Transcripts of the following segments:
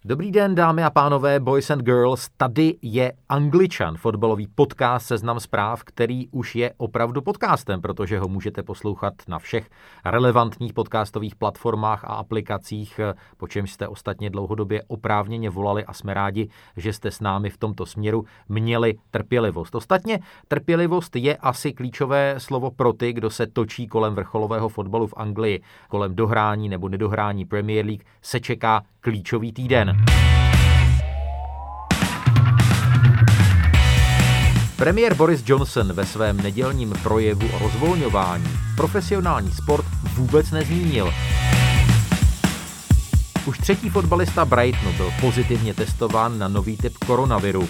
Dobrý den, dámy a pánové, boys and girls, tady je Angličan, fotbalový podcast Seznam zpráv, který už je opravdu podcastem, protože ho můžete poslouchat na všech relevantních podcastových platformách a aplikacích, po čemž jste ostatně dlouhodobě oprávněně volali a jsme rádi, že jste s námi v tomto směru měli trpělivost. Ostatně trpělivost je asi klíčové slovo pro ty, kdo se točí kolem vrcholového fotbalu v Anglii, kolem dohrání nebo nedohrání Premier League se čeká klíčový týden. Premiér Boris Johnson ve svém nedělním projevu o rozvolňování profesionální sport vůbec nezmínil. Už třetí fotbalista Brightonu byl pozitivně testován na nový typ koronaviru.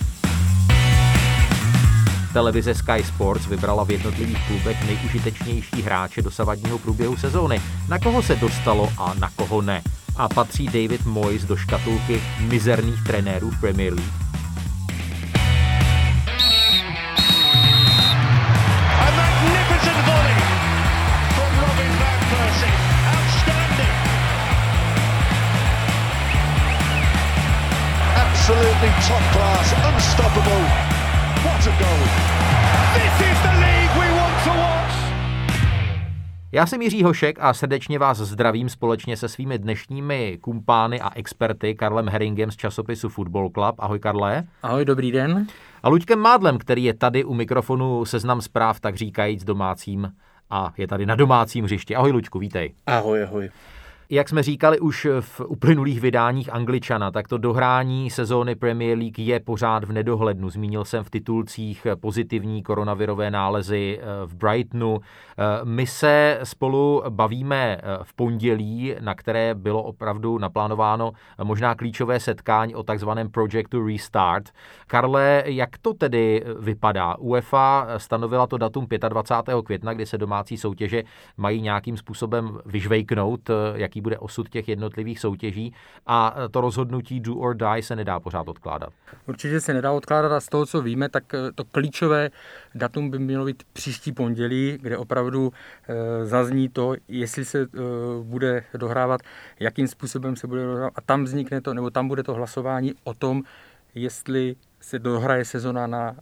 Televize Sky Sports vybrala v jednotlivých klubech nejužitečnější hráče dosavadního průběhu sezóny. Na koho se dostalo a na koho ne? A patří David Moyes do škatulky mizerných trenérů v Premier League? A magnificent volley from Robin van Persie. Outstanding. Absolutely top class, unstoppable. What a goal. This is the league we want to watch. Já jsem Jiří Hošek a srdečně vás zdravím společně se svými dnešními kumpány a experty Karlem Herringem z časopisu Football Club. Ahoj Karle. Ahoj, dobrý den. A Luďkem Mádlem, který je tady u mikrofonu Seznam zpráv, tak říkajíc domácím a je tady na domácím hřišti. Ahoj Luďku, vítej. Ahoj, ahoj. Jak jsme říkali už v uplynulých vydáních Angličana, tak to dohrání sezóny Premier League je pořád v nedohlednu. Zmínil jsem v titulcích pozitivní koronavirové nálezy v Brightonu. My se spolu bavíme v pondělí, na které bylo opravdu naplánováno možná klíčové setkání o takzvaném Projectu Restart. Karle, jak to tedy vypadá? UEFA stanovila to datum 25. května, kdy se domácí soutěže mají nějakým způsobem vyžvejknout, jaký bude osud těch jednotlivých soutěží, a to rozhodnutí do or die se nedá pořád odkládat. Určitě se nedá odkládat a z toho, co víme, tak to klíčové datum by mělo být příští pondělí, kde opravdu zazní to, jestli se bude dohrávat, jakým způsobem se bude dohrávat, a tam vznikne to, nebo tam bude to hlasování o tom, jestli se dohraje sezona na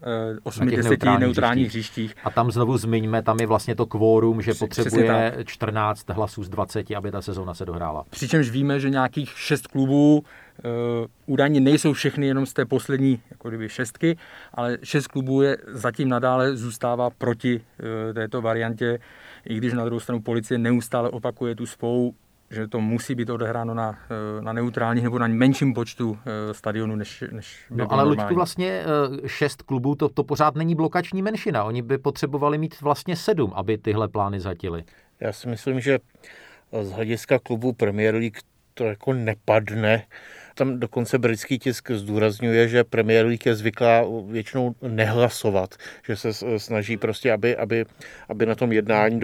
8-10 neutrálních hřištích. A tam znovu zmiňme, tam je vlastně to kvórum, že potřebuje 14 hlasů z 20, aby ta sezona se dohrála. Přičemž víme, že nějakých 6 klubů, údajně nejsou všechny jenom z té poslední jako kdyby šestky, ale 6 klubů je zatím nadále zůstává proti této variantě, i když na druhou stranu policie neustále opakuje tu svou, že to musí být odehráno na neutrálních nebo na menším počtu stadionů, než no, ale Luďku, vlastně 6 klubů, to pořád není blokační menšina. Oni by potřebovali mít vlastně 7, aby tyhle plány zhatily. Já si myslím, že z hlediska klubu Premier League to jako nepadne. Tam dokonce britský tisk zdůrazňuje, že Premier League je zvyklá většinou nehlasovat, že se snaží prostě, aby na tom jednání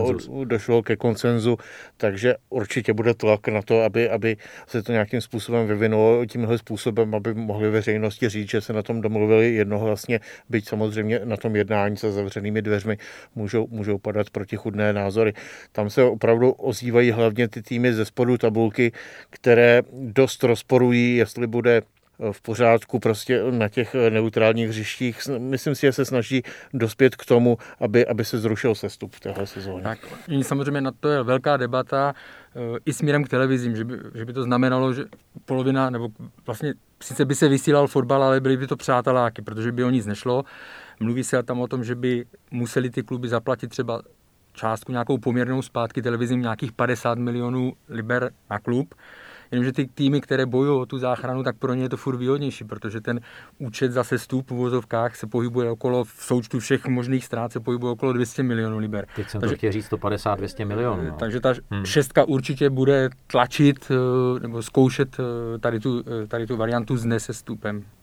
došlo ke konsenzu, takže určitě bude tlak na to, aby se to nějakým způsobem vyvinulo tímhle způsobem, aby mohli veřejnosti říct, že se na tom domluvili jednohlasně, byť samozřejmě na tom jednání se zavřenými dveřmi můžou padat protichůdné názory. Tam se opravdu ozývají hlavně ty týmy ze spodu tabulky, které dost rozporují, jestli bude v pořádku prostě na těch neutrálních hřištích. Myslím si, že se snaží dospět k tomu, aby se zrušil sestup v téhle sezóně. Tak, samozřejmě na to je velká debata i směrem k televizím, že by to znamenalo, že polovina, nebo vlastně sice by se vysílal fotbal, ale byly by to přáteláky, protože by o nic nešlo. Mluví se tam o tom, že by museli ty kluby zaplatit třeba částku nějakou poměrnou zpátky televizím, nějakých 50 milionů liber na klub. Jenomže ty týmy, které bojují o tu záchranu, tak pro ně je to furt výhodnější, protože ten účet za sestup v uvozovkách se pohybuje okolo, v součtu všech možných ztrát se pohybuje okolo 200 milionů liber. Teď jsem to chtěl říct 150-200 milionů. No. Takže ta šestka určitě bude tlačit nebo zkoušet tady tu variantu s nesestupem.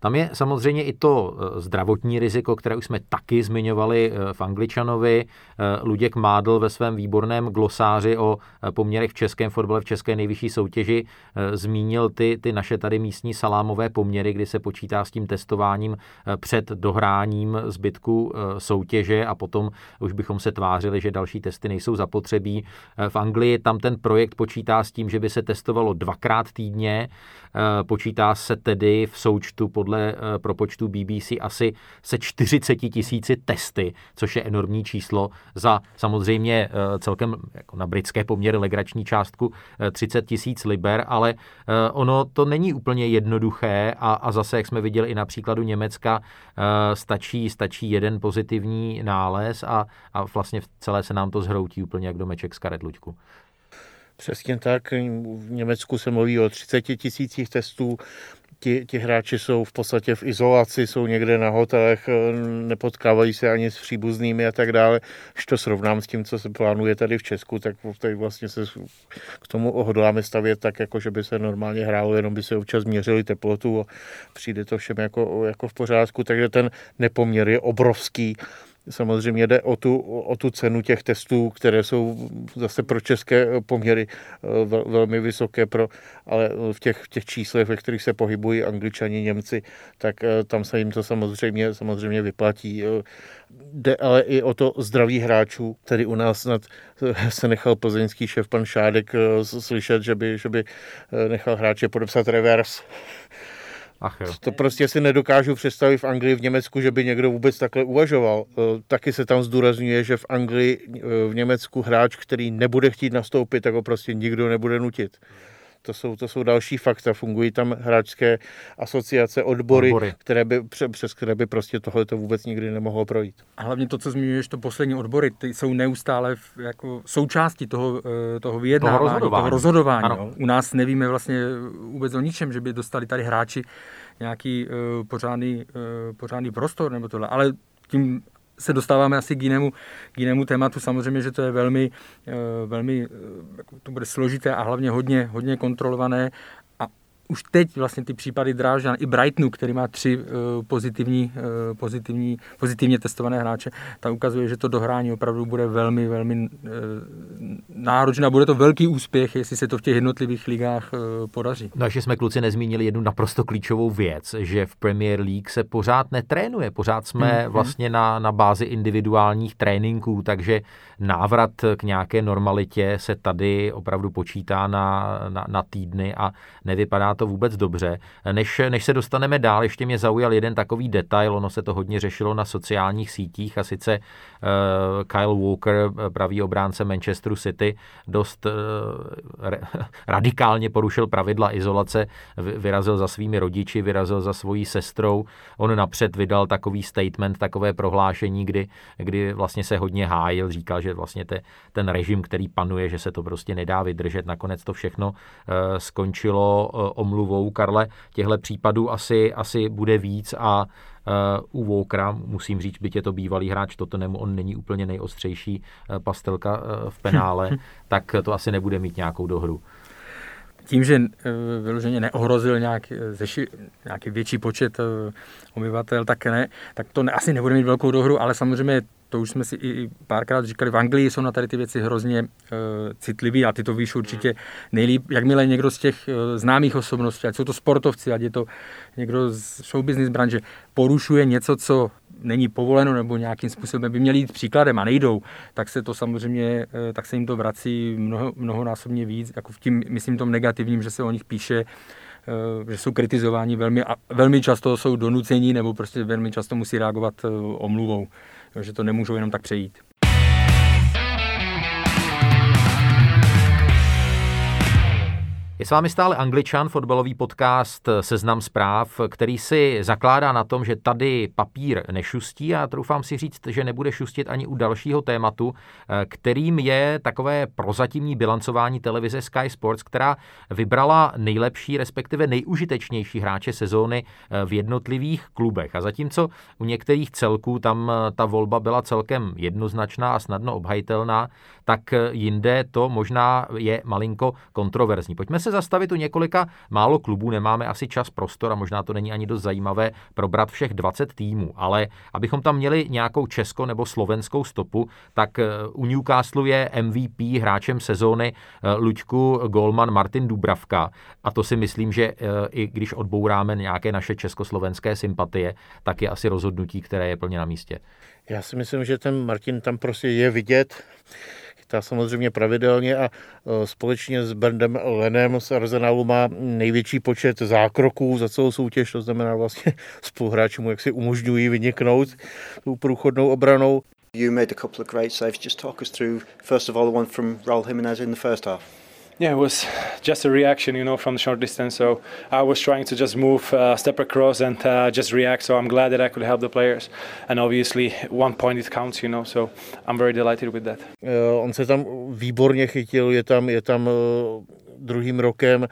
Tam je samozřejmě i to zdravotní riziko, které už jsme taky zmiňovali v Angličanovi. Luděk Mádl ve svém výborném glosáři o poměrech v českém fotbale, v české nejvyšší soutěži zmínil ty naše tady místní salámové poměry, kdy se počítá s tím testováním před dohráním zbytku soutěže a potom už bychom se tvářili, že další testy nejsou zapotřebí. V Anglii tam ten projekt počítá s tím, že by se testovalo 2krát týdně. Počítá se tedy v součtu podle propočtu BBC asi se 40 000 testy, což je enormní číslo za samozřejmě celkem jako na britské poměry legrační částku 30 000 liber, ale ono to není úplně jednoduché a zase, jak jsme viděli i na příkladu Německa, stačí jeden pozitivní nález a vlastně celé se nám to zhroutí úplně jak domeček z karet, Luďku. Přesně tak. V Německu se mluví o 30 000 testů. Ti hráči jsou v podstatě v izolaci, jsou někde na hotelech, nepotkávají se ani s příbuznými a tak dále. Když to srovnám s tím, co se plánuje tady v Česku, tak tady vlastně se k tomu hodláme stavět tak, jako že by se normálně hrálo, jenom by se občas měřili teplotu a přijde to všem jako v pořádku. Takže ten nepoměr je obrovský. Samozřejmě jde o tu cenu těch testů, které jsou zase pro české poměry velmi vysoké, ale v těch číslech, ve kterých se pohybují Angličani, Němci, tak tam se jim to samozřejmě vyplatí. Jde ale i o to zdraví hráčů. Tady u nás snad se nechal plzeňský šéf pan Šádek slyšet, že by nechal hráče podepsat revers. To prostě si nedokážu představit v Anglii, v Německu, že by někdo vůbec takhle uvažoval. Taky se tam zdůrazňuje, že v Anglii, v Německu hráč, který nebude chtít nastoupit, tak ho prostě nikdo nebude nutit. To jsou další fakta. Fungují tam hráčské asociace, odbory. Přes které by prostě tohleto vůbec nikdy nemohlo projít. A hlavně to, co zmiňuješ, to poslední odbory, ty jsou neustále jako součástí toho vyjednávání, toho rozhodování. No. U nás nevíme vlastně vůbec o ničem, že by dostali tady hráči nějaký pořádný prostor nebo tohle. Ale tím se dostáváme asi k jinému tématu. Samozřejmě, že to je velmi to bude složité a hlavně hodně kontrolované. A už teď vlastně ty případy Drážďan i Brightonu, který má 3 pozitivně testované hráče, tak ukazuje, že to dohrání opravdu bude velmi náročné a bude to velký úspěch, jestli se to v těch jednotlivých ligách podaří. No, ještě jsme kluci nezmínili jednu naprosto klíčovou věc, že v Premier League se pořád netrénuje, pořád jsme vlastně na bázi individuálních tréninků, takže návrat k nějaké normalitě se tady opravdu počítá na týdny a nevypadá to vůbec dobře. Než se dostaneme dál, ještě mě zaujal jeden takový detail, ono se to hodně řešilo na sociálních sítích a sice Kyle Walker, pravý obránce Manchesteru City, dost radikálně porušil pravidla izolace, vyrazil za svými rodiči, vyrazil za svojí sestrou. On napřed vydal takový statement, takové prohlášení, kdy vlastně se hodně hájil, říkal, že vlastně ten režim, který panuje, že se to prostě nedá vydržet. Nakonec to všechno skončilo omluvou. Karle, těchto případů asi bude víc a u Walkera, musím říct, byť je to bývalý hráč Tottenhamu, on není úplně nejostřejší pastelka v penále, tak to asi nebude mít nějakou dohru. Tím, že vyloženě neohrozil nějaký větší počet obyvatel, tak to asi nebude mít velkou dohru, ale samozřejmě to už jsme si i párkrát říkali, v Anglii jsou na tady ty věci hrozně citliví a ty to víš určitě nejlíp. Jakmile někdo z těch známých osobností, ať jsou to sportovci, ať je to někdo z showbusiness branže, porušuje něco, co není povoleno nebo nějakým způsobem by měli jít příkladem a nejdou, tak se to samozřejmě, tak se jim to vrací mnohonásobně víc, jako v tím, myslím tom negativním, že se o nich píše, že jsou kritizováni velmi často jsou donucení nebo prostě velmi často musí reagovat omluvou, že to nemůžou jenom tak přejít. Je s vámi stále Angličan, fotbalový podcast Seznam zpráv, který si zakládá na tom, že tady papír nešustí a troufám si říct, že nebude šustit ani u dalšího tématu, kterým je takové prozatímní bilancování televize Sky Sports, která vybrala nejlepší, respektive nejužitečnější hráče sezóny v jednotlivých klubech. A zatímco u některých celků tam ta volba byla celkem jednoznačná a snadno obhajitelná, tak jinde to možná je malinko kontroverzní. Pojďme se zastavit u několika málo klubů, nemáme asi čas, prostor a možná to není ani dost zajímavé probrat všech 20 týmů, ale abychom tam měli nějakou českou nebo slovenskou stopu, tak u Newcastle je MVP hráčem sezóny Luďku gólman Martin Dubravka a to si myslím, že i když odbouráme nějaké naše československé sympatie, tak je asi rozhodnutí, které je plně na místě. Já si myslím, že ten Martin tam prostě je vidět, chytá samozřejmě pravidelně a společně s Berndem Lenem z Arsenalu má největší počet zákroků za celou soutěž, to znamená vlastně spoluhráči mu jak si umožňují vyniknout tou průchodnou obranou. You made a couple of great saves. Just talk us through, first of all, the one from Raul Jimenez in the first half. Yeah, it was just a reaction, from short distance. So I was trying to just move, step across and just react. So I'm glad that I could help the players. And obviously, 1 point it counts, So I'm very delighted with that. On se tam výborně chytil, je tam druhým rokem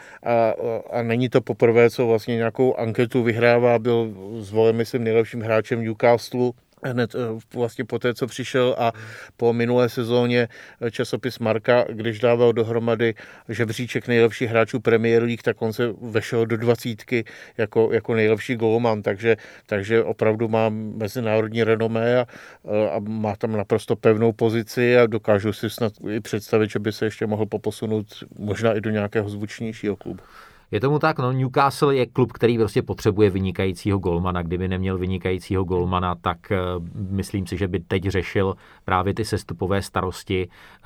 a není to poprvé, co vlastně nějakou anketu vyhrává. Byl zvolen, myslím, nejlepším hráčem Newcastle hned vlastně po té, co přišel a po minulé sezóně časopis Marca, když dával dohromady žebříček nejlepších hráčů Premier League, tak on se vešel do 20 jako nejlepší gólman, takže opravdu má mezinárodní renomé a má tam naprosto pevnou pozici a dokážu si snad i představit, že by se ještě mohl poposunout možná i do nějakého zvučnějšího klubu. Je tomu tak, Newcastle je klub, který prostě potřebuje vynikajícího golmana. Kdyby neměl vynikajícího golmana, tak myslím si, že by teď řešil právě ty sestupové starosti.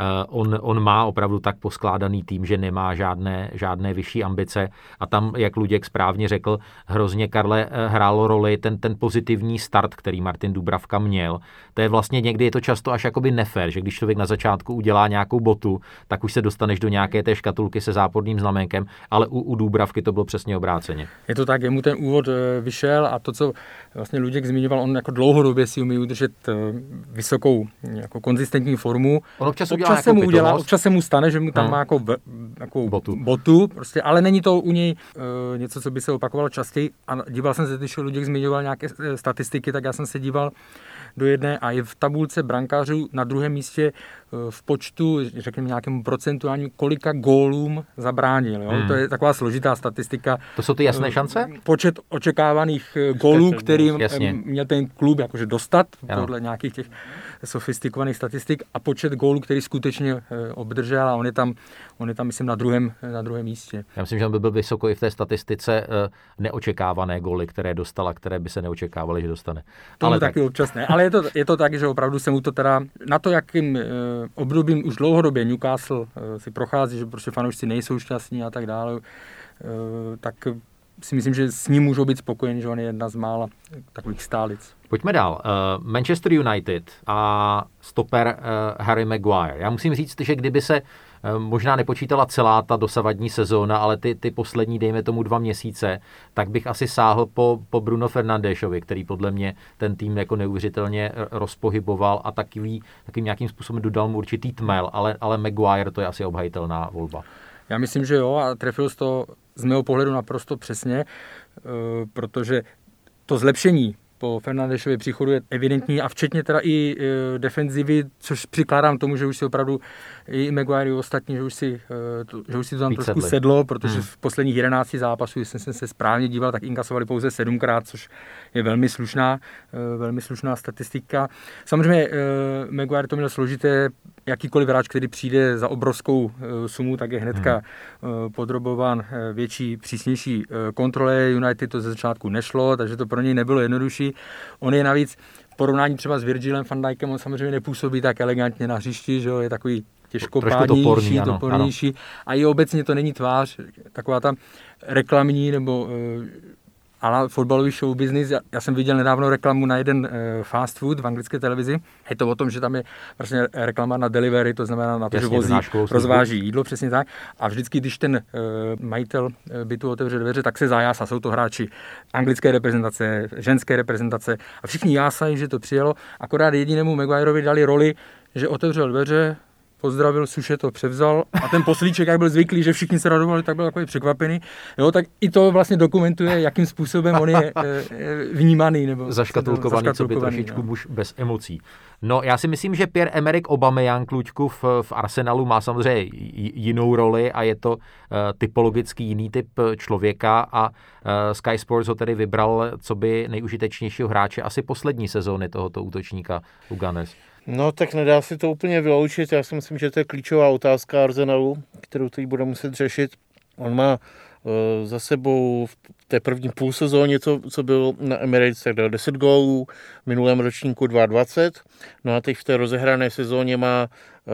On má opravdu tak poskládaný tým, že nemá žádné vyšší ambice a tam, jak Luděk správně řekl, hrozně, Karle, hrálo roli ten pozitivní start, který Martin Dubravka měl. To je vlastně někdy je to často až jakoby nefér, že když člověk na začátku udělá nějakou botu, tak už se dostaneš do nějaké té škatulky se záporným znaménkem, ale u Dubravky to bylo přesně obráceně. Je to tak, jemu ten úvod vyšel a to, co vlastně Luděk zmiňoval, on jako dlouhodobě si umí udržet vysokou jako konzistentní formu. On občas se mu stane, že mu tam má jako botu prostě, ale není to u něj něco, co by se opakovalo častěji. A díval jsem se, když Luděk zmiňoval nějaké statistiky, tak já jsem se díval do jedné a je v tabulce brankářů na druhém místě v počtu, řekněme nějakému procentuálnímu, kolika gólům zabránil. Jo? To je taková složitá statistika. To jsou ty jasné šance? Počet očekávaných gólů, který měl ten klub jakože dostat, podle nějakých těch sofistikovaných statistik, a počet gólů, který skutečně obdržel, a on je tam myslím, na druhém místě. Já myslím, že on by byl vysoko i v té statistice neočekávané góly, které dostala, které by se neočekávaly, že dostane. Ale taky občas ne. Ale je to tak, že opravdu se mu to teda na to, jakým obdobím už dlouhodobě Newcastle si prochází, že prostě fanoušci nejsou šťastní a tak dále, tak si myslím, že s ním můžou být spokojeni, že on je jedna z mála takových stálic. Pojďme dál. Manchester United a stoper Harry Maguire. Já musím říct, že kdyby se možná nepočítala celá ta dosavadní sezóna, ale ty poslední, dejme tomu 2 měsíce, tak bych asi sáhl po Bruno Fernandéšovi, který podle mě ten tým jako neuvěřitelně rozpohyboval a takým nějakým způsobem dodal mu určitý tmel, ale Maguire to je asi obhajitelná volba. Já myslím, že jo, a trefil jsi to z mého pohledu naprosto přesně, protože to zlepšení po Fernandešově příchodu je evidentní a včetně teda i defenzivy, což přikládám tomu, že už si opravdu i Maguire i ostatní, že už si to tam trošku sedlo, protože v posledních 11 zápasů, jestli jsem se správně díval, tak inkasovali pouze 7krát, což je velmi slušná statistika. Samozřejmě Maguire to měl složité, jakýkoliv hráč, který přijde za obrovskou sumu, tak je hnedka podrobován větší, přísnější kontrole. United to ze začátku nešlo, takže to pro něj nebylo jednodušší. On je navíc v porovnání třeba s Virgilem van Dijkem, on samozřejmě nepůsobí tak elegantně na hřišti, že jo, je takový těžkopádnější, topornější. A i obecně to není tvář, taková ta reklamní nebo ale fotbalový show business. Já jsem viděl nedávno reklamu na jeden fast food v anglické televizi. Je to o tom, že tam je vlastně reklama na delivery, to znamená na to, že rozváží jídlo, přesně tak. A vždycky, když ten majitel bytu otevře dveře, tak se zajásá. Jsou to hráči anglické reprezentace, ženské reprezentace a všichni jásají, že to přijelo. Akorát jedinému Maguireovi dali roli, že otevřel dveře, pozdravil, Suše to převzal a ten poslíček, jak byl zvyklý, že všichni se radovali, tak byl takový překvapený. Jo, tak i to vlastně dokumentuje, jakým způsobem on je vnímaný. Nebo zaškatulkovaný, co by trošičku muž bez emocí. No, já si myslím, že Pierre-Emerick Aubameyang, klučku, v Arsenalu má samozřejmě jinou roli a je to typologicky jiný typ člověka a Sky Sports ho tedy vybral co by nejužitečnějšího hráče asi poslední sezóny tohoto útočníka u Gunners. No, tak nedá si to úplně vyloučit. Já si myslím, že to je klíčová otázka Arsenalu, kterou teď bude muset řešit. On má za sebou v té první půlsezóně, co byl na Emirates, tak dal 10 gólů, v minulém ročníku 22. No a teď v té rozehrané sezóně má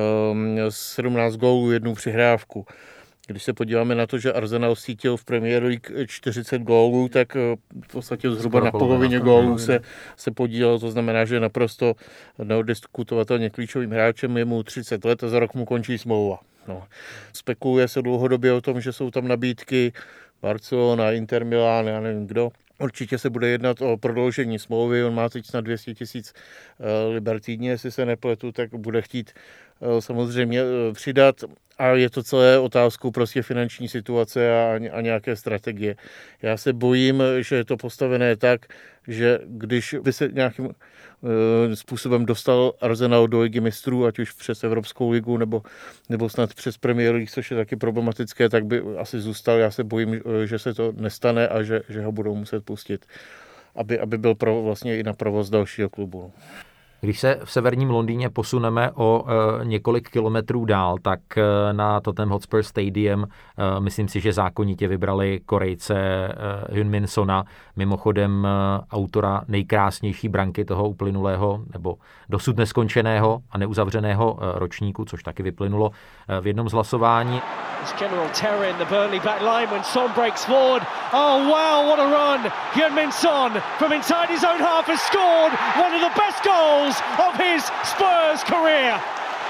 17 gólů, 1 přihrávku. Když se podíváme na to, že Arsenal sítil v Premier League 40 gólů, tak v podstatě zhruba na polovině gólů se podílel. To znamená, že je naprosto neoddiskutovatelně klíčovým hráčem, je mu 30 let a za rok mu končí smlouva. No. Spekuluje se dlouhodobě o tom, že jsou tam nabídky Barcelona, Inter Milan, já nevím kdo. Určitě se bude jednat o prodloužení smlouvy, on má teď snad 200 000 liber týdně, jestli se nepletu, tak bude chtít samozřejmě přidat a je to celé otázkou prostě finanční situace a nějaké strategie. Já se bojím, že je to postavené tak, že když by se nějakým způsobem dostal Arsenal do Ligy mistrů, ať už přes Evropskou ligu nebo snad přes Premier League, což je taky problematické, tak by asi zůstal. Já se bojím, že se to nestane a že ho budou muset pustit, aby byl vlastně i na provoz dalšího klubu. Když se v severním Londýně posuneme o několik kilometrů dál, tak na Tottenham Hotspur Stadium myslím si, že zákonitě vybrali Korejce Heung-min Sona, mimochodem autora nejkrásnější branky toho uplynulého nebo dosud neskončeného a neuzavřeného ročníku, což taky vyplynulo v jednom z hlasování. General terror in the Burnley back line when Son breaks forward. Oh wow, what a run! Heung-min Son from inside his own half has scored one of the best goals of his Spurs career.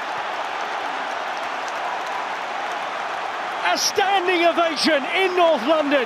A standing ovation in North London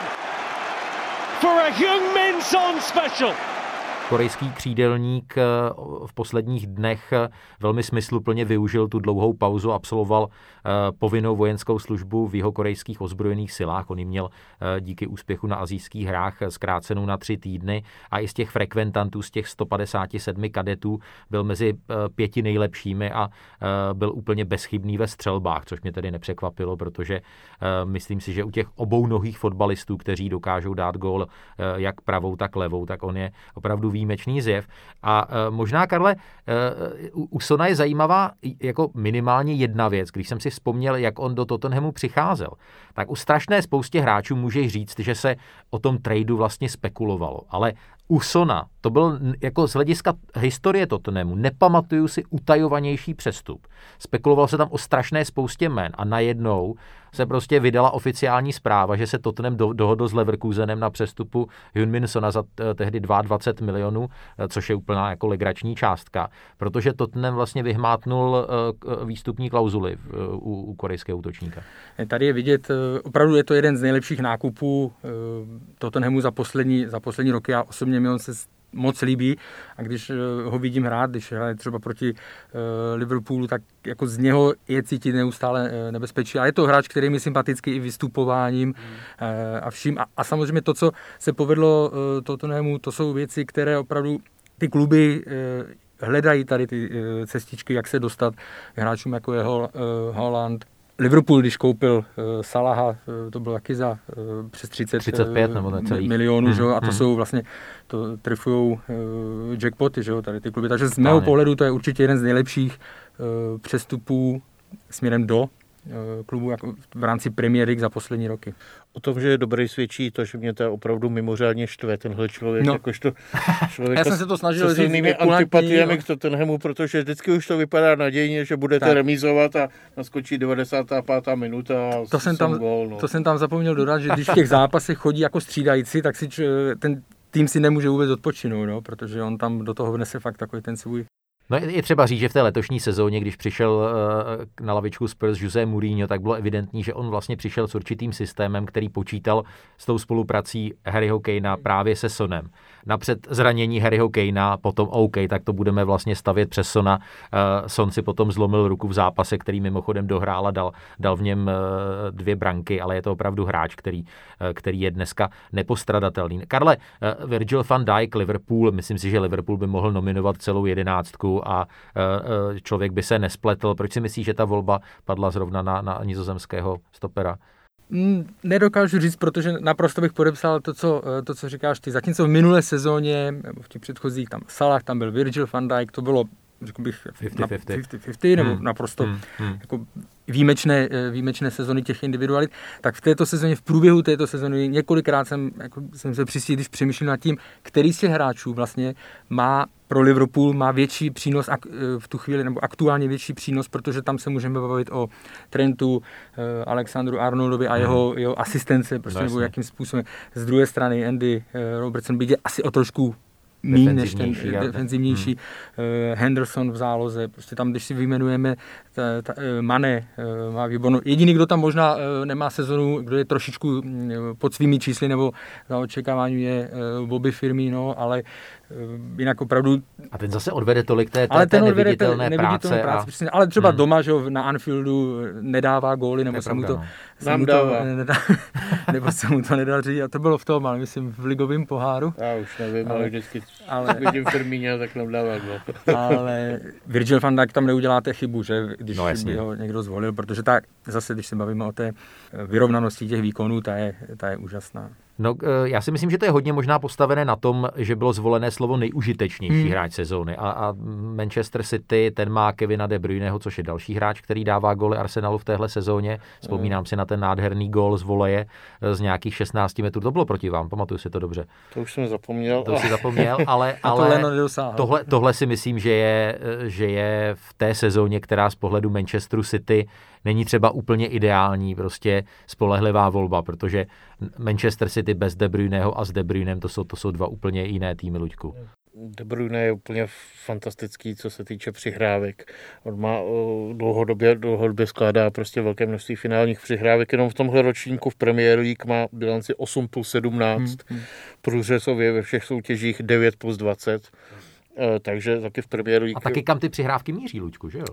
for a Heung-min Son special. Korejský křídelník v posledních dnech velmi smysluplně využil tu dlouhou pauzu, absolvoval povinnou vojenskou službu v jihokorejských ozbrojených silách. On ji měl díky úspěchu na asijských hrách zkrácenou na 3 týdny a i z těch frekventantů, z těch 157 kadetů byl mezi 5 nejlepšími a byl úplně bezchybný ve střelbách, což mě tedy nepřekvapilo, protože myslím si, že u těch obounohých fotbalistů, kteří dokážou dát gól jak pravou, tak levou, tak on je opravdu výjimečný zjev. A možná, Karle, u Sona je zajímavá jako minimálně jedna věc. Když jsem si vzpomněl, jak on do Tottenhamu přicházel, tak u strašné spoustě hráčů můžeš říct, že se o tom tradu vlastně spekulovalo. Ale u Sona to byl jako z hlediska historie Tottenhamu, nepamatuju si utajovanější přestup. Spekulovalo se tam o strašné spoustě jmen a najednou se prostě vydala oficiální zpráva, že se Tottenham dohodl s Leverkusenem na přestupu Heung-min Sona za tehdy 22 milionů, což je úplná jako legrační částka, protože Tottenham vlastně vyhmátnul výstupní klauzuli u korejského útočníka. Tady je vidět, opravdu je to jeden z nejlepších nákupů Tottenhamu za poslední roky. Já osobně mi on se moc líbí a když ho vidím hrát, když hraje třeba proti Liverpoolu, tak jako z něho je cítit neustále nebezpečí. A je to hráč, který je mi sympatický i vystupováním a vším. A samozřejmě to, co se povedlo Tottenhamu, to jsou věci, které opravdu ty kluby hledají tady ty cestičky, jak se dostat hráčům, jako je Haaland. Liverpool, když koupil Salaha, to bylo taky za přes 35 nebo milionů, že? A to jsou vlastně, to trifujou jackpoty, že? Tady ty kluby. Takže z mého pohledu to je určitě jeden z nejlepších přestupů směrem do klubu jako v rámci Premier League za poslední roky. O tom, že je dobrý, svědčí to, že mě to opravdu mimořádně štve, tenhle člověk, jakožto člověk. Já jsem se to snažil říct silnými antipatiemi k Tottenhamu, protože vždycky už to vypadá nadějně, že budete remízovat a naskočí 95. minuta a gól. No. To jsem tam zapomněl dodat, že když v těch zápasech chodí jako střídající, tak si ten tým si nemůže vůbec odpočinout, no, protože on tam do toho vnese fakt takový ten svůj No je třeba říct, že v té letošní sezóně, když přišel na lavičku Spurs José Mourinho, tak bylo evidentní, že on vlastně přišel s určitým systémem, který počítal s tou spoluprací Harryho Kanea právě se Sonem. Napřed zranění Harryho Kanea, potom OK, tak to budeme vlastně stavět přes Sona. Son si potom zlomil ruku v zápase, který mimochodem dohrál a dal v něm 2 branky, ale je to opravdu hráč, který je dneska nepostradatelný. Karle, Virgil van Dijk, Liverpool, myslím si, že Liverpool by mohl nominovat celou 11 a člověk by se nespletl. Proč si myslíš, že ta volba padla zrovna na nizozemského stopera? Nedokážu říct, protože naprosto bych podepsal to, co říkáš ty. Zatímco v minulé sezóně, v těch předchozích, tam Salah, tam byl Virgil van Dijk, to bylo, řekl bych, 50-50, nebo naprosto jako výjimečné sezony těch individualit, tak v této sezóně, v průběhu této sezóny několikrát jsem se přistil, když přemýšlel nad tím, který z těch hráčů vlastně má pro Liverpool má větší přínos v tu chvíli, nebo aktuálně větší přínos, protože tam se můžeme bavit o Trentu, Alexandru Arnoldovi a jeho asistence, prostě, nebo jakým způsobem. Z druhé strany Andy Robertson byť je asi o trošku míň než ten defenzivnější. Henderson v záloze, prostě tam, když si vyjmenujeme Mane, má výbornou. Jediný, kdo tam možná nemá sezonu, kdo je trošičku pod svými čísly nebo za očekávání, je Bobby Firmino, ale jinak opravdu... A ten zase odvede tolik té neviditelné práce. Ale třeba doma, že na Anfieldu nedává góly, nebo se mu to nebo se mu to nedaří. A to bylo v tom, ale myslím v ligovém poháru. Já už nevím, ale vždycky vidím Firmína, tak nám dává gól. Ale Virgil van Dijk tam neuděláte chybu, že když by ho někdo zvolil, protože zase, když se bavíme o té vyrovnanosti těch výkonů, ta je úžasná. No, já si myslím, že to je hodně možná postavené na tom, že bylo zvolené slovo nejužitečnější hráč sezóny a Manchester City, ten má Kevina De Bruyneho, což je další hráč, který dává góly Arsenalu v téhle sezóně. Vzpomínám si na ten nádherný gól z voleje z nějakých 16 metrů. To bylo proti vám, pamatuju si to dobře. To už jsem zapomněl. To si zapomněl, ale tohle si myslím, že je v té sezóně, která z pohledu Manchesteru City není třeba úplně ideální, prostě spolehlivá volba, protože Manchester City bez De Bruyneho a s De Bruynem to jsou 2 úplně jiné týmy, Luďku. De Bruyne je úplně fantastický, co se týče přihrávek. On má dlouhodobě skládá prostě velké množství finálních přihrávek. Jenom v tomhle ročníku v Premier League má bilanci 8+17. Průřezově ve všech soutěžích 9+20. Takže taky v Premier League... A taky kam ty přihrávky míří, Luďku, že jo?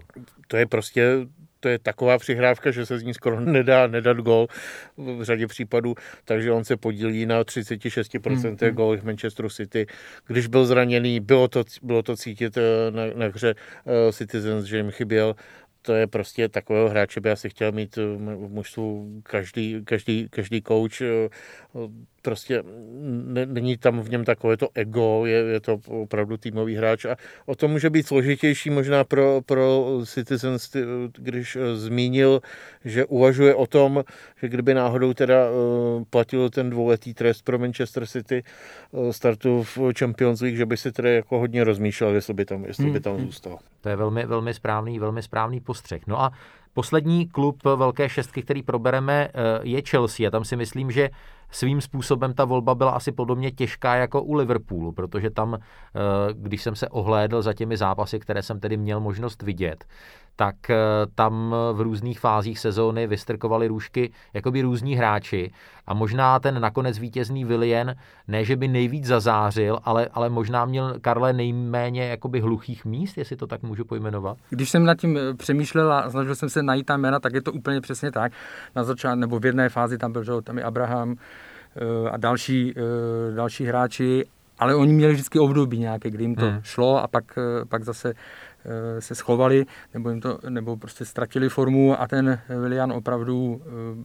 To je taková přihrávka, že se z ní skoro nedá nedat gól v řadě případů, takže on se podílí na 36% gólech Manchesteru City. Když byl zraněný, bylo to cítit na hře Citizens, že jim chyběl. To je prostě takového hráče by asi chtěl mít v mužstvu každý kouč. Prostě není tam v něm takové to ego, je to opravdu týmový hráč a o to může být složitější možná pro Citizens, když zmínil, že uvažuje o tom, že kdyby náhodou teda platil ten 2letý trest pro Manchester City startu v Champions League, že by si teda jako hodně rozmýšlel, jestli by tam zůstal. To je velmi správný postřeh. No a poslední klub velké šestky, který probereme, je Chelsea. A tam si myslím, že svým způsobem ta volba byla asi podobně těžká jako u Liverpoolu, protože tam, když jsem se ohlédl za těmi zápasy, které jsem tedy měl možnost vidět, tak tam v různých fázích sezóny vystrkovali růžky jakoby různí hráči a možná ten nakonec vítězný Willian, ne že by nejvíc zazářil, ale možná měl, Karle, nejméně jakoby hluchých míst, jestli to tak můžu pojmenovat. Když jsem nad tím přemýšlel a snažil jsem se najít tam jména, tak je to úplně přesně tak. Na začátku, nebo v jedné fázi tam byl tam i Abraham a další hráči, ale oni měli vždycky období nějaké, kdy jim to šlo a pak zase se schovali, nebo prostě ztratili formu a ten Willian opravdu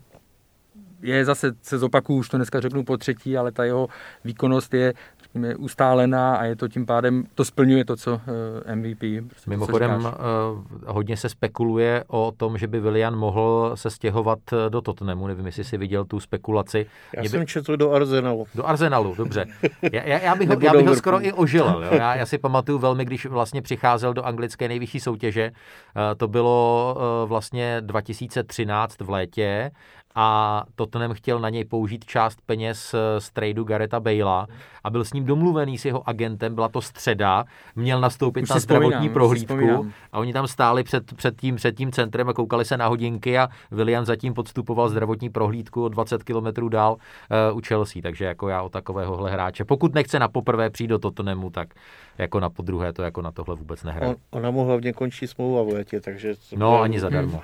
je zase, se zopakuju, už to dneska řeknu po třetí, ale ta jeho výkonnost je ustálená a je to tím pádem, to splňuje to, co MVP. Prostě mimochodem hodně se spekuluje o tom, že by Willian mohl se stěhovat do Tottenhamu, nevím, jestli jsi viděl tu spekulaci. Já jsem četl do Arsenalu. Do Arsenalu, dobře. Já bych ho skoro i ožilel. Jo? Já si pamatuju velmi, když vlastně přicházel do anglické nejvyšší soutěže, to bylo vlastně 2013 v létě, a Tottenham chtěl na něj použít část peněz z tradu Gareta Balea a byl s ním domluvený s jeho agentem, byla to středa, měl nastoupit na zdravotní prohlídku a oni tam stáli před tím centrem a koukali se na hodinky a Willian zatím podstupoval zdravotní prohlídku o 20 kilometrů dál u Chelsea, takže jako já o takovéhohle hráče, pokud nechce na poprvé přijít do Tottenhamu, tak jako na podruhé to jako na tohle vůbec nehraje. Ona mu hlavně končí smlouva v létě, takže... No, ani zadarmo.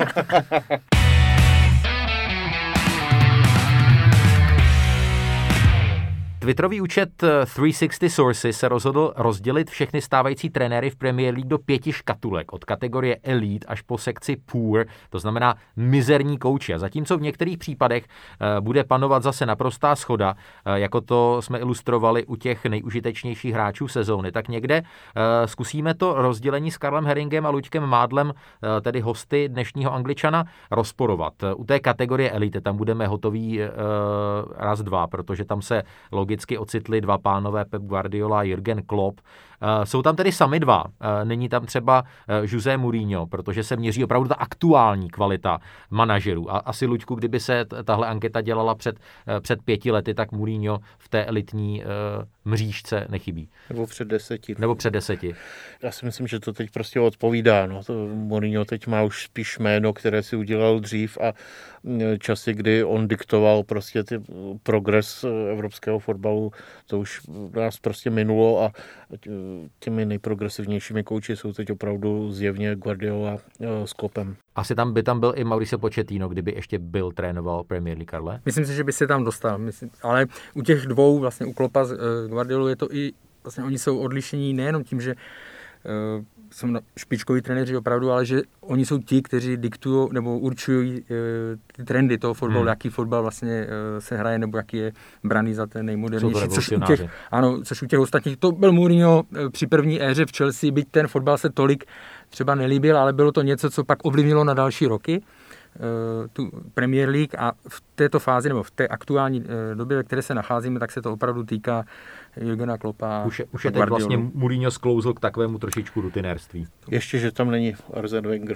Twitterový účet 360 Sources se rozhodl rozdělit všechny stávající trenéry v Premier League do 5 škatulek, od kategorie Elite až po sekci Poor, to znamená mizerní kouči. A zatímco v některých případech bude panovat zase naprostá shoda, jako to jsme ilustrovali u těch nejužitečnějších hráčů sezóny, tak někde zkusíme to rozdělení s Karlem Herringem a Luďkem Mádlem, tedy hosty dnešního Angličana, rozporovat. U té kategorie Elite tam budeme hotoví raz, dva, protože tam se logicky ocitli dva pánové Pep Guardiola a Jürgen Klopp. Jsou tam tedy sami dva. Není tam třeba José Mourinho, protože se měří opravdu ta aktuální kvalita manažerů. A asi, Luďku, kdyby se tahle anketa dělala před 5 lety, tak Mourinho v té elitní mřížce nechybí. Nebo před 10. Já si myslím, že to teď prostě odpovídá. No. Mourinho teď má už spíš jméno, které si udělal dřív a časy, kdy on diktoval prostě ty progres evropského fotbalu, to už nás prostě minulo a těmi nejprogresivnějšími kouči jsou teď opravdu zjevně Guardiola s Kloppem. Asi tam by byl i Mauricio Pochettino, kdyby ještě byl trénoval Premier League, Karle? Myslím si, že by se tam dostal. Ale u těch dvou, vlastně u Kloppa s Guardiolou, je to i, vlastně oni jsou odlišení nejenom tím, že jsou špičkoví trenéři opravdu, ale že oni jsou ti, kteří diktují nebo určují ty trendy toho fotbalu, jaký fotbal vlastně se hraje, nebo jaký je braný za ten nejmodernější. Což u těch ostatních, to byl Mourinho při první éře v Chelsea, byť ten fotbal se tolik třeba nelíbil, ale bylo to něco, co pak ovlivnilo na další roky tu Premier League a v této fázi nebo v té aktuální době, ve které se nacházíme, tak se to opravdu týká Jürgena Kloppa. Už je teď vlastně Mourinho sklouzl k takovému trošičku rutinérství. Ještě, že tam není Arsene Wenger.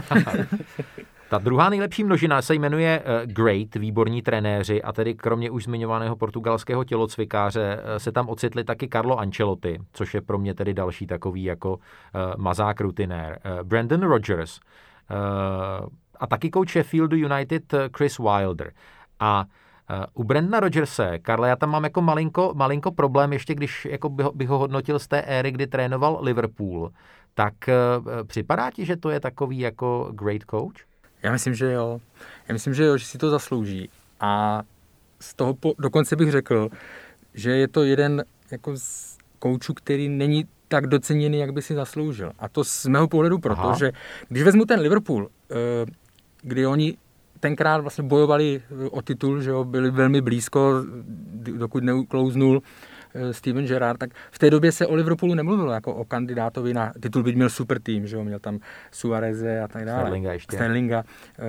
Ta druhá nejlepší množina se jmenuje Great, výborní trenéři, a tedy kromě už zmiňovaného portugalského tělocvikáře se tam ocitli taky Carlo Ancelotti, což je pro mě tedy další takový jako mazák rutinér. Brendan Rodgers a taky coach Sheffieldu United Chris Wilder. A u Brendana Rodgerse, Karle, já tam mám jako malinko problém, ještě když jako bych ho hodnotil z té éry, kdy trénoval Liverpool, tak připadá ti, že to je takový jako great coach? Já myslím, že jo. Že si to zaslouží. A z toho dokonce bych řekl, že je to jeden jako z koučů, který není tak doceněný, jak by si zasloužil. A to z mého pohledu proto, že když vezmu ten Liverpool, kdy oni tenkrát vlastně bojovali o titul, že jo, byli velmi blízko, dokud neuklouznul Steven Gerrard, tak v té době se o Liverpoolu nemluvilo jako o kandidátovi na titul, byť měl super tým, že jo, měl tam Suareze a tak dále. Sterlinga.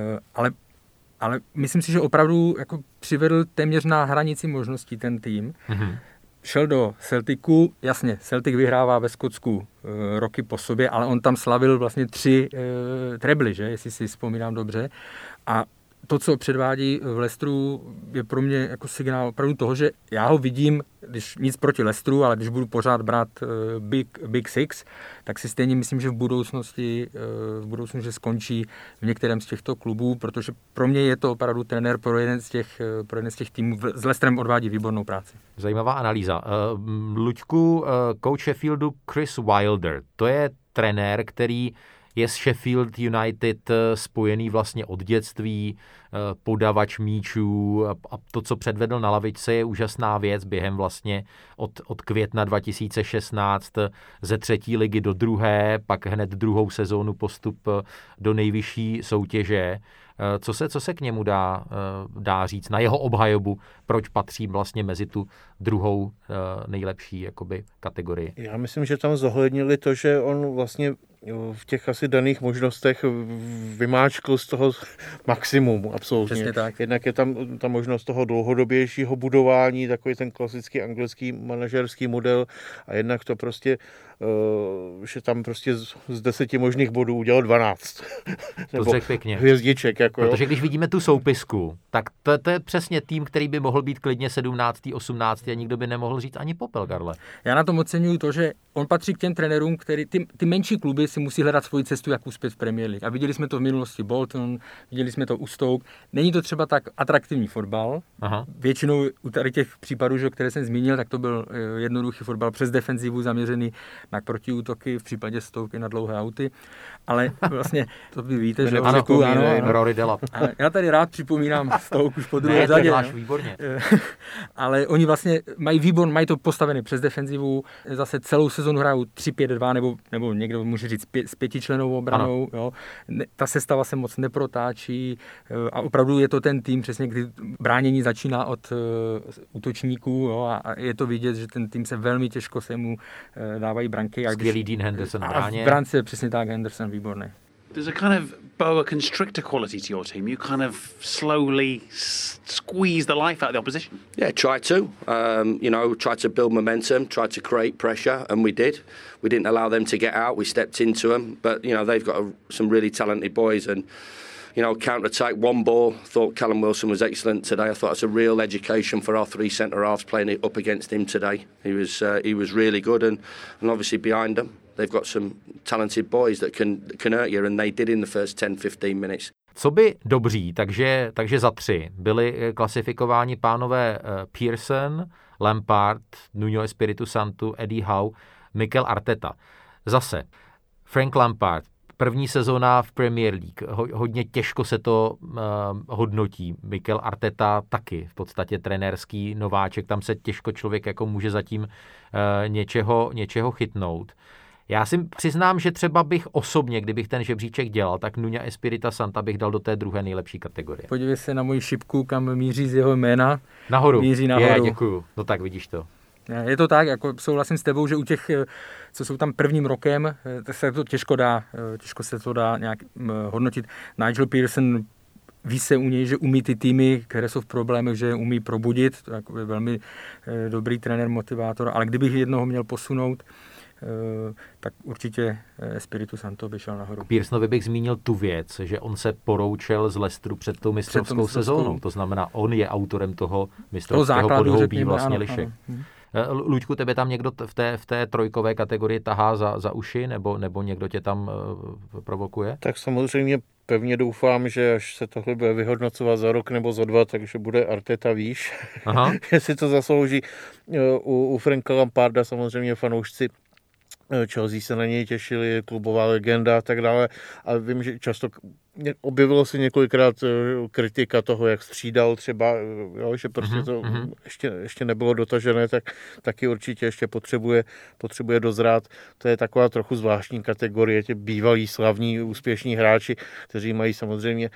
Ale myslím si, že opravdu jako přivedl téměř na hranici možností ten tým. Mm-hmm. Šel do Celticu, jasně, Celtic vyhrává ve Skotsku roky po sobě, ale on tam slavil vlastně 3 trebly, že, jestli si vzpomínám dobře. A to, co předvádí v Leicesteru, je pro mě jako signál opravdu toho, že já ho vidím, když nic proti Leicesteru, ale když budu pořád brát Big Six, tak si stejně myslím, že v budoucnosti že skončí v některém z těchto klubů, protože pro mě je to opravdu trenér pro jeden z těch týmů. S Leicesterem odvádí výbornou práci. Zajímavá analýza. Luďku, coach Sheffieldu Chris Wilder, to je trenér, který je s Sheffield United spojený vlastně od dětství, podavač míčů a to, co předvedl na lavičce, je úžasná věc během vlastně od května 2016 ze 3. ligy do 2., pak hned 2. sezónu postup do nejvyšší soutěže. Co se k němu dá říct na jeho obhajobu, proč patří vlastně mezi tu 2. nejlepší jakoby kategorii? Já myslím, že tam zohlednili to, že on vlastně v těch asi daných možnostech vymáčkl z toho maximum, absolutně. Jednak je tam ta možnost toho dlouhodobějšího budování, takový ten klasický anglický manažerský model, a jednak to prostě že tam prostě z 10 možných bodů udělal 12. To řekl pěkně. Hvězdiček. Jako, protože když vidíme tu soupisku, tak to je přesně tým, který by mohl být klidně 17., 18. a nikdo by nemohl říct ani popel, Karle. Já na tom oceňuju to, že on patří k těm trenérům, který ty menší kluby si musí hledat svoji cestu, jak uspět v Premier League. A viděli jsme to v minulosti Bolton, viděli jsme to u Stoke. Není to třeba tak atraktivní fotbal. Aha. Většinou u tady těch případů, že, které jsem zmínil, tak to byl jednoduchý fotbal přes defenzivu zaměřený na protiútoky, v případě Stoke na dlouhé auty. Ale vlastně to vy víte, že ano. Rory Delap. Já tady rád připomínám Stoke už po druhé řadě. Ne, to výborně. Ale oni vlastně mají to postavené přes defenzivu, zase celou sezonu hrajou 3-5-2, nebo někdo může říct s 5člennou obranou. Jo. Ta sestava se moc neprotáčí a opravdu je to ten tým, přesně kdy bránění začíná od útočníků, jo, a je to vidět, že ten tým se velmi těžko se mu dávají branky. Skvělý Dean Henderson v bráně. A v bránce přesně tak, Henderson výborný. There's a kind of boa constrictor quality to your team. You kind of slowly squeeze the life out of the opposition. Yeah, try to. Try to build momentum, try to create pressure, and we did. We didn't allow them to get out. We stepped into them, but they've got some really talented boys and. Counter-attack, one ball. Thought Callum Wilson was excellent today. I thought it's a real education for our three centre-halves playing it up against him today. He was really good and obviously behind them. They've got some talented boys that can hurt you and they did in the first 10-15 minutes. Co by dobří, takže za 3 byli klasifikováni pánové Pearson, Lampard, Nuno Espiritu Santo, Eddie Howe, Mikel Arteta. Zase Frank Lampard, první sezóna v Premier League, hodně těžko se to hodnotí. Mikel Arteta taky, v podstatě trenérský nováček, tam se těžko člověk jako může zatím něčeho chytnout. Já si přiznám, že třeba bych osobně, kdybych ten žebříček dělal, tak Nuno Espirita Santa bych dal do té druhé nejlepší kategorie. Podívej se na moji šipku, kam míří z jeho jména. Nahoru. Míří nahoru. Děkuju. No tak vidíš to. Je to tak, jako souhlasím s tebou, že u těch, co jsou tam prvním rokem, tak se to těžko se to dá nějak hodnotit. Nigel Pearson, ví se u něj, že umí ty týmy, které jsou v problémech, že je umí probudit, to je velmi dobrý trenér, motivátor, ale kdybych jednoho měl posunout, tak určitě Espiritu Santo by šel nahoru. Pearsonovi bych zmínil tu věc, že on se poroučel z Leicesteru před tou mistrovskou sezónou. To znamená, on je autorem toho mistrovského podhoubí vlastně lišek. Luďku, tebe tam někdo v té trojkové kategorii tahá za uši, nebo někdo tě tam provokuje? Tak samozřejmě pevně doufám, že až se tohle bude vyhodnocovat za rok nebo za 2, takže bude Arteta výš. Jestli to zaslouží. U Franka Lamparda samozřejmě fanoušci Chelsea se na něj těšili, klubová legenda a tak dále, ale vím, že často objevilo se několikrát kritika toho, jak střídal třeba, jo, že prostě to ještě nebylo dotažené, tak taky určitě ještě potřebuje dozrát. To je taková trochu zvláštní kategorie, tě bývalí slavní úspěšní hráči, kteří mají samozřejmě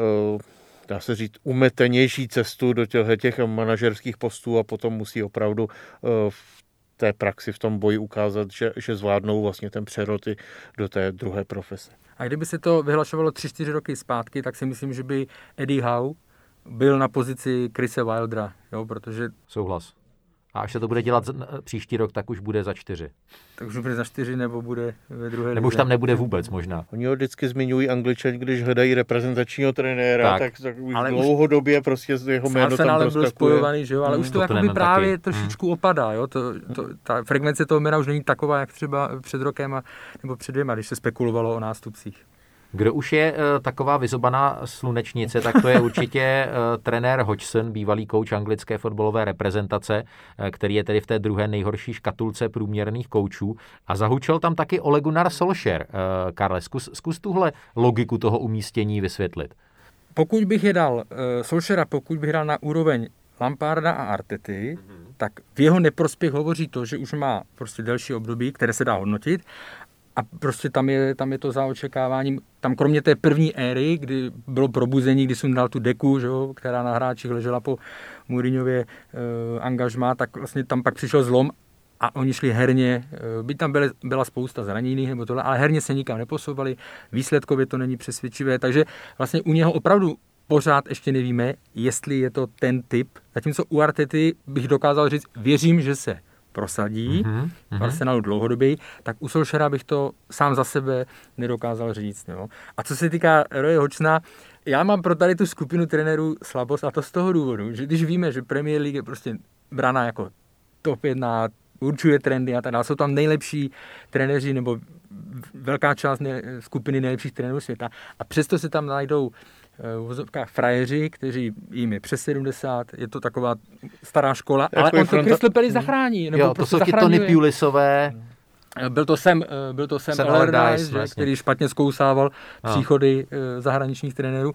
dá se říct, umetenější cestu do těch manažerských postů a potom musí opravdu v té praxi, v tom boji ukázat, že zvládnou vlastně ten přerod do té druhé profese. A kdyby se to vyhlašovalo 3-4 roky zpátky, tak si myslím, že by Eddie Howe byl na pozici Chrise Wildera, jo, protože... Souhlas. A až se to bude dělat příští rok, tak už bude za 4. Tak už bude za 4 nebo bude ve druhé nebo už tam nebude vůbec možná. Oni ho vždycky zmiňují Angličani, když hledají reprezentačního trenéra, tak už dlouhodobě prostě z jeho jméno tam proskakuje. Byl spojovaný, že jo, ale už to jakoby právě trošičku opadá, jo, ta frekvence toho jména už není taková, jak třeba před rokem nebo před 2, když se spekulovalo o nástupcích. Kdo už je taková vyzobaná slunečnice, tak to je určitě trenér Hodgson, bývalý kouč anglické fotbalové reprezentace, který je tedy v té druhé nejhorší škatulce průměrných koučů. A zahučel tam taky Ole Gunnar Solskjaer. Karle, zkus tuhle logiku toho umístění vysvětlit. Pokud bych je dal Solskjaera, pokud bych dal na úroveň Lamparda a Artety, tak v jeho neprospěch hovoří to, že už má prostě delší období, které se dá hodnotit. A prostě tam je to za očekáváním. Tam kromě té první éry, kdy bylo probuzení, kdy jsem dal tu deku, že jo, která na hráčích ležela po Mourinhově angažmá, tak vlastně tam pak přišel zlom a oni šli herně, byť tam byla spousta zraněných nebo tohle, ale herně se nikam neposouvali, výsledkově to není přesvědčivé, takže vlastně u něho opravdu pořád ještě nevíme, jestli je to ten typ. Zatímco u Artety bych dokázal říct, věřím, že se prosadí, v Arsenalu dlouhodobě, tak u Solskjaera bych to sám za sebe nedokázal říct. Jo. A co se týká Roye Hodgsona, já mám pro tady tu skupinu trenérů slabost, a to z toho důvodu, že když víme, že Premier League je prostě brána jako top 1, určuje trendy a tak dále, jsou tam nejlepší trenéři nebo velká část skupiny nejlepších trenérů světa a přesto se tam najdou v vozovkách frajeři, kteří jim je přes 70, je to taková stará škola, ale on to Crystal Palace zachrání. Nebo jo, to jsou ti Tony Pulisové. Byl to Sam Allardyce, který špatně zkousával příchody zahraničních trenérů.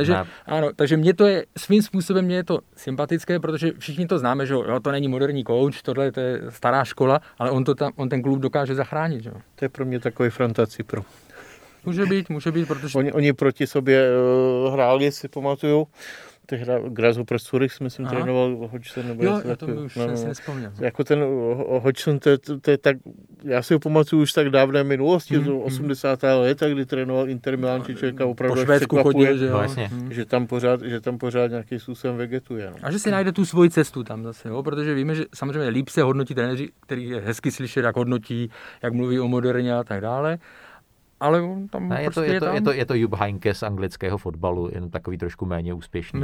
Takže mně to je, svým způsobem mě je to sympatické, protože všichni to známe, že jo, to není moderní coach, tohle to je stará škola, ale on ten klub dokáže zachránit. Že jo. To je pro mě takový Frantaci pro. Může být, protože... Oni proti sobě hráli, si pamatuju. Tehda Grasshopper Zurich, myslím, trénoval Hodgson. Nebo jo, já to už si nespomněl. Jako ten Hodgson, to je tak, já si ho pamatuju už tak dávné minulosti, z 80. let, kdy trénoval Inter Milan, či člověka opravdu překvapuje, že tam pořád nějaký způsobem vegetuje. No. A že si najde tu svoji cestu tam zase, jo? Protože víme, že samozřejmě líp se hodnotí trenéři, který je hezky slyšet, jak hodnotí, jak mluví o moderně a tak dále. Ale tam je to Jupp Heynckes z anglického fotbalu, jen takový trošku méně úspěšný.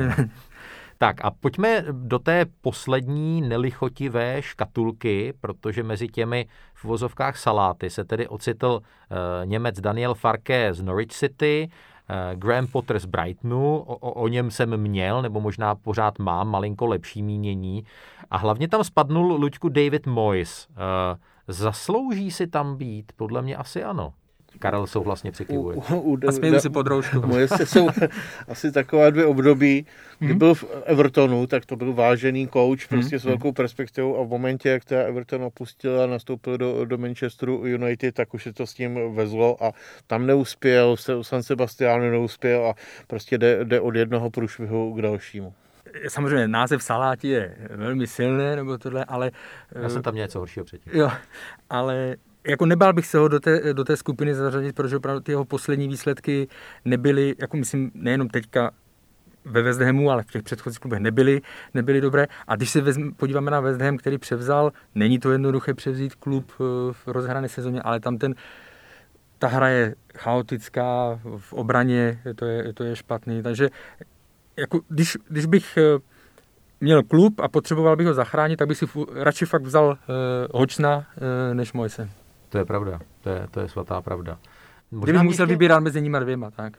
Tak a pojďme do té poslední nelichotivé škatulky, protože mezi těmi v vozovkách saláty se tedy ocitl Němec Daniel Farke z Norwich City, Graham Potter z Brightonu, o něm jsem měl, nebo možná pořád mám malinko lepší mínění. A hlavně tam spadnul Luďku David Moyes. Zaslouží si tam být? Podle mě asi ano. Karel souhlasně přikivuje. A směju si pod roušku. Moje jsou asi taková 2 období. Kdy byl v Evertonu, tak to byl vážený kouč, prostě s velkou perspektivou a v momentě, jak ta Everton opustil a nastoupil do Manchesteru United, tak už se to s tím vezlo a tam neuspěl, San Sebastianu neuspěl a prostě jde od jednoho průšvihu k dalšímu. Samozřejmě název Saláti je velmi silné, nebo tohle, ale... Já jsem tam něco horšího předtím. Jo, ale... Jako nebál bych se ho do té skupiny zařadit, protože opravdu ty jeho poslední výsledky nebyly, jako myslím, nejenom teďka ve West Hamu, ale v těch předchozích klubech nebyly dobré. A když se podíváme na West Ham, který převzal, není to jednoduché převzít klub v rozhrané sezóně, ale tam ta hra je chaotická, v obraně to je špatný. Takže jako když bych měl klub a potřeboval bych ho zachránit, tak bych si radši fakt vzal Hodgsona než Moyese. To je pravda, to je svatá pravda. Kdybych musel vybírat mezi nimi 2, tak.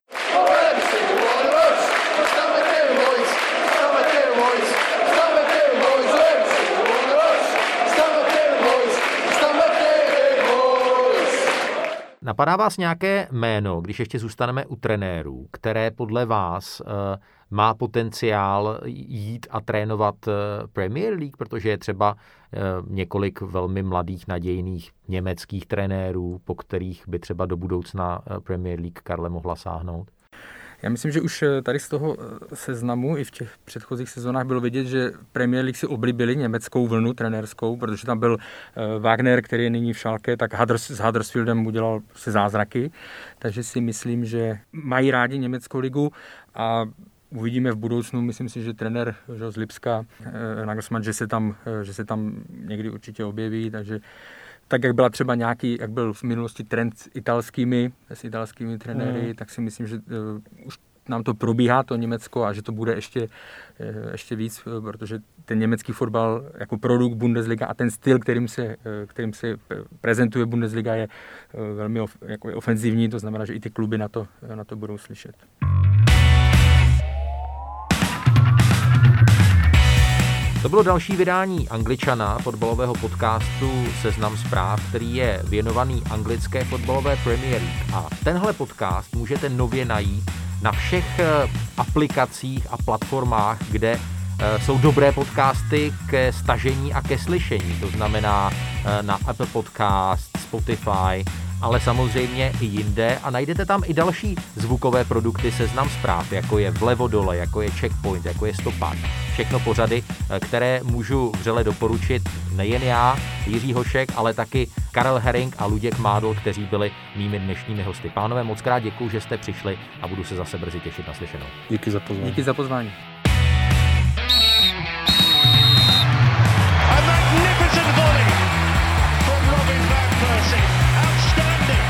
Napadá vás nějaké jméno, když ještě zůstaneme u trenérů, které podle vás má potenciál jít a trénovat Premier League, protože je třeba několik velmi mladých, nadějných německých trenérů, po kterých by třeba do budoucna Premier League Karle mohla sáhnout? Já myslím, že už tady z toho seznamu i v těch předchozích sezónách bylo vidět, že Premier League si oblíbili německou vlnu trenérskou, protože tam byl Wagner, který je nyní v Schalke, tak s Huddersfieldem udělal si zázraky, takže si myslím, že mají rádi německou ligu a uvidíme v budoucnu, myslím si, že trenér z Lipska, Nagelsmann, že se tam někdy určitě objeví, takže tak, jak byla třeba jak byl v minulosti trend s italskými trenéry, tak si myslím, že už nám to probíhá, to Německo, a že to bude ještě víc, protože ten německý fotbal jako produkt Bundesliga a ten styl, kterým se prezentuje Bundesliga, je velmi ofenzivní, to znamená, že i ty kluby na to budou slyšet. To bylo další vydání Angličana, fotbalového podcastu Seznam zpráv, který je věnovaný anglické fotbalové Premier League. A tenhle podcast můžete nově najít na všech aplikacích a platformách, kde jsou dobré podcasty ke stažení a ke slyšení. To znamená na Apple Podcast, Spotify, ale samozřejmě i jinde, a najdete tam i další zvukové produkty Seznam zpráv, jako je Vlevo dole, jako je Checkpoint, jako je Stopák. Všechno pořady, které můžu vřele doporučit nejen já, Jiří Hošek, ale taky Karel Herring a Luděk Mádl, kteří byli mými dnešními hosty. Pánové, moc krát děkuju, že jste přišli a budu se zase brzy těšit na slyšenou. Díky za pozvání. Díky za pozvání. A magnificent volley. mercy. Outstanding.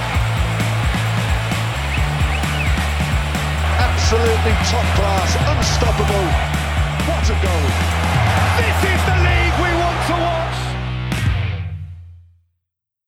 Absolutely top class, unstoppable. What a goal. This is the league we want to watch.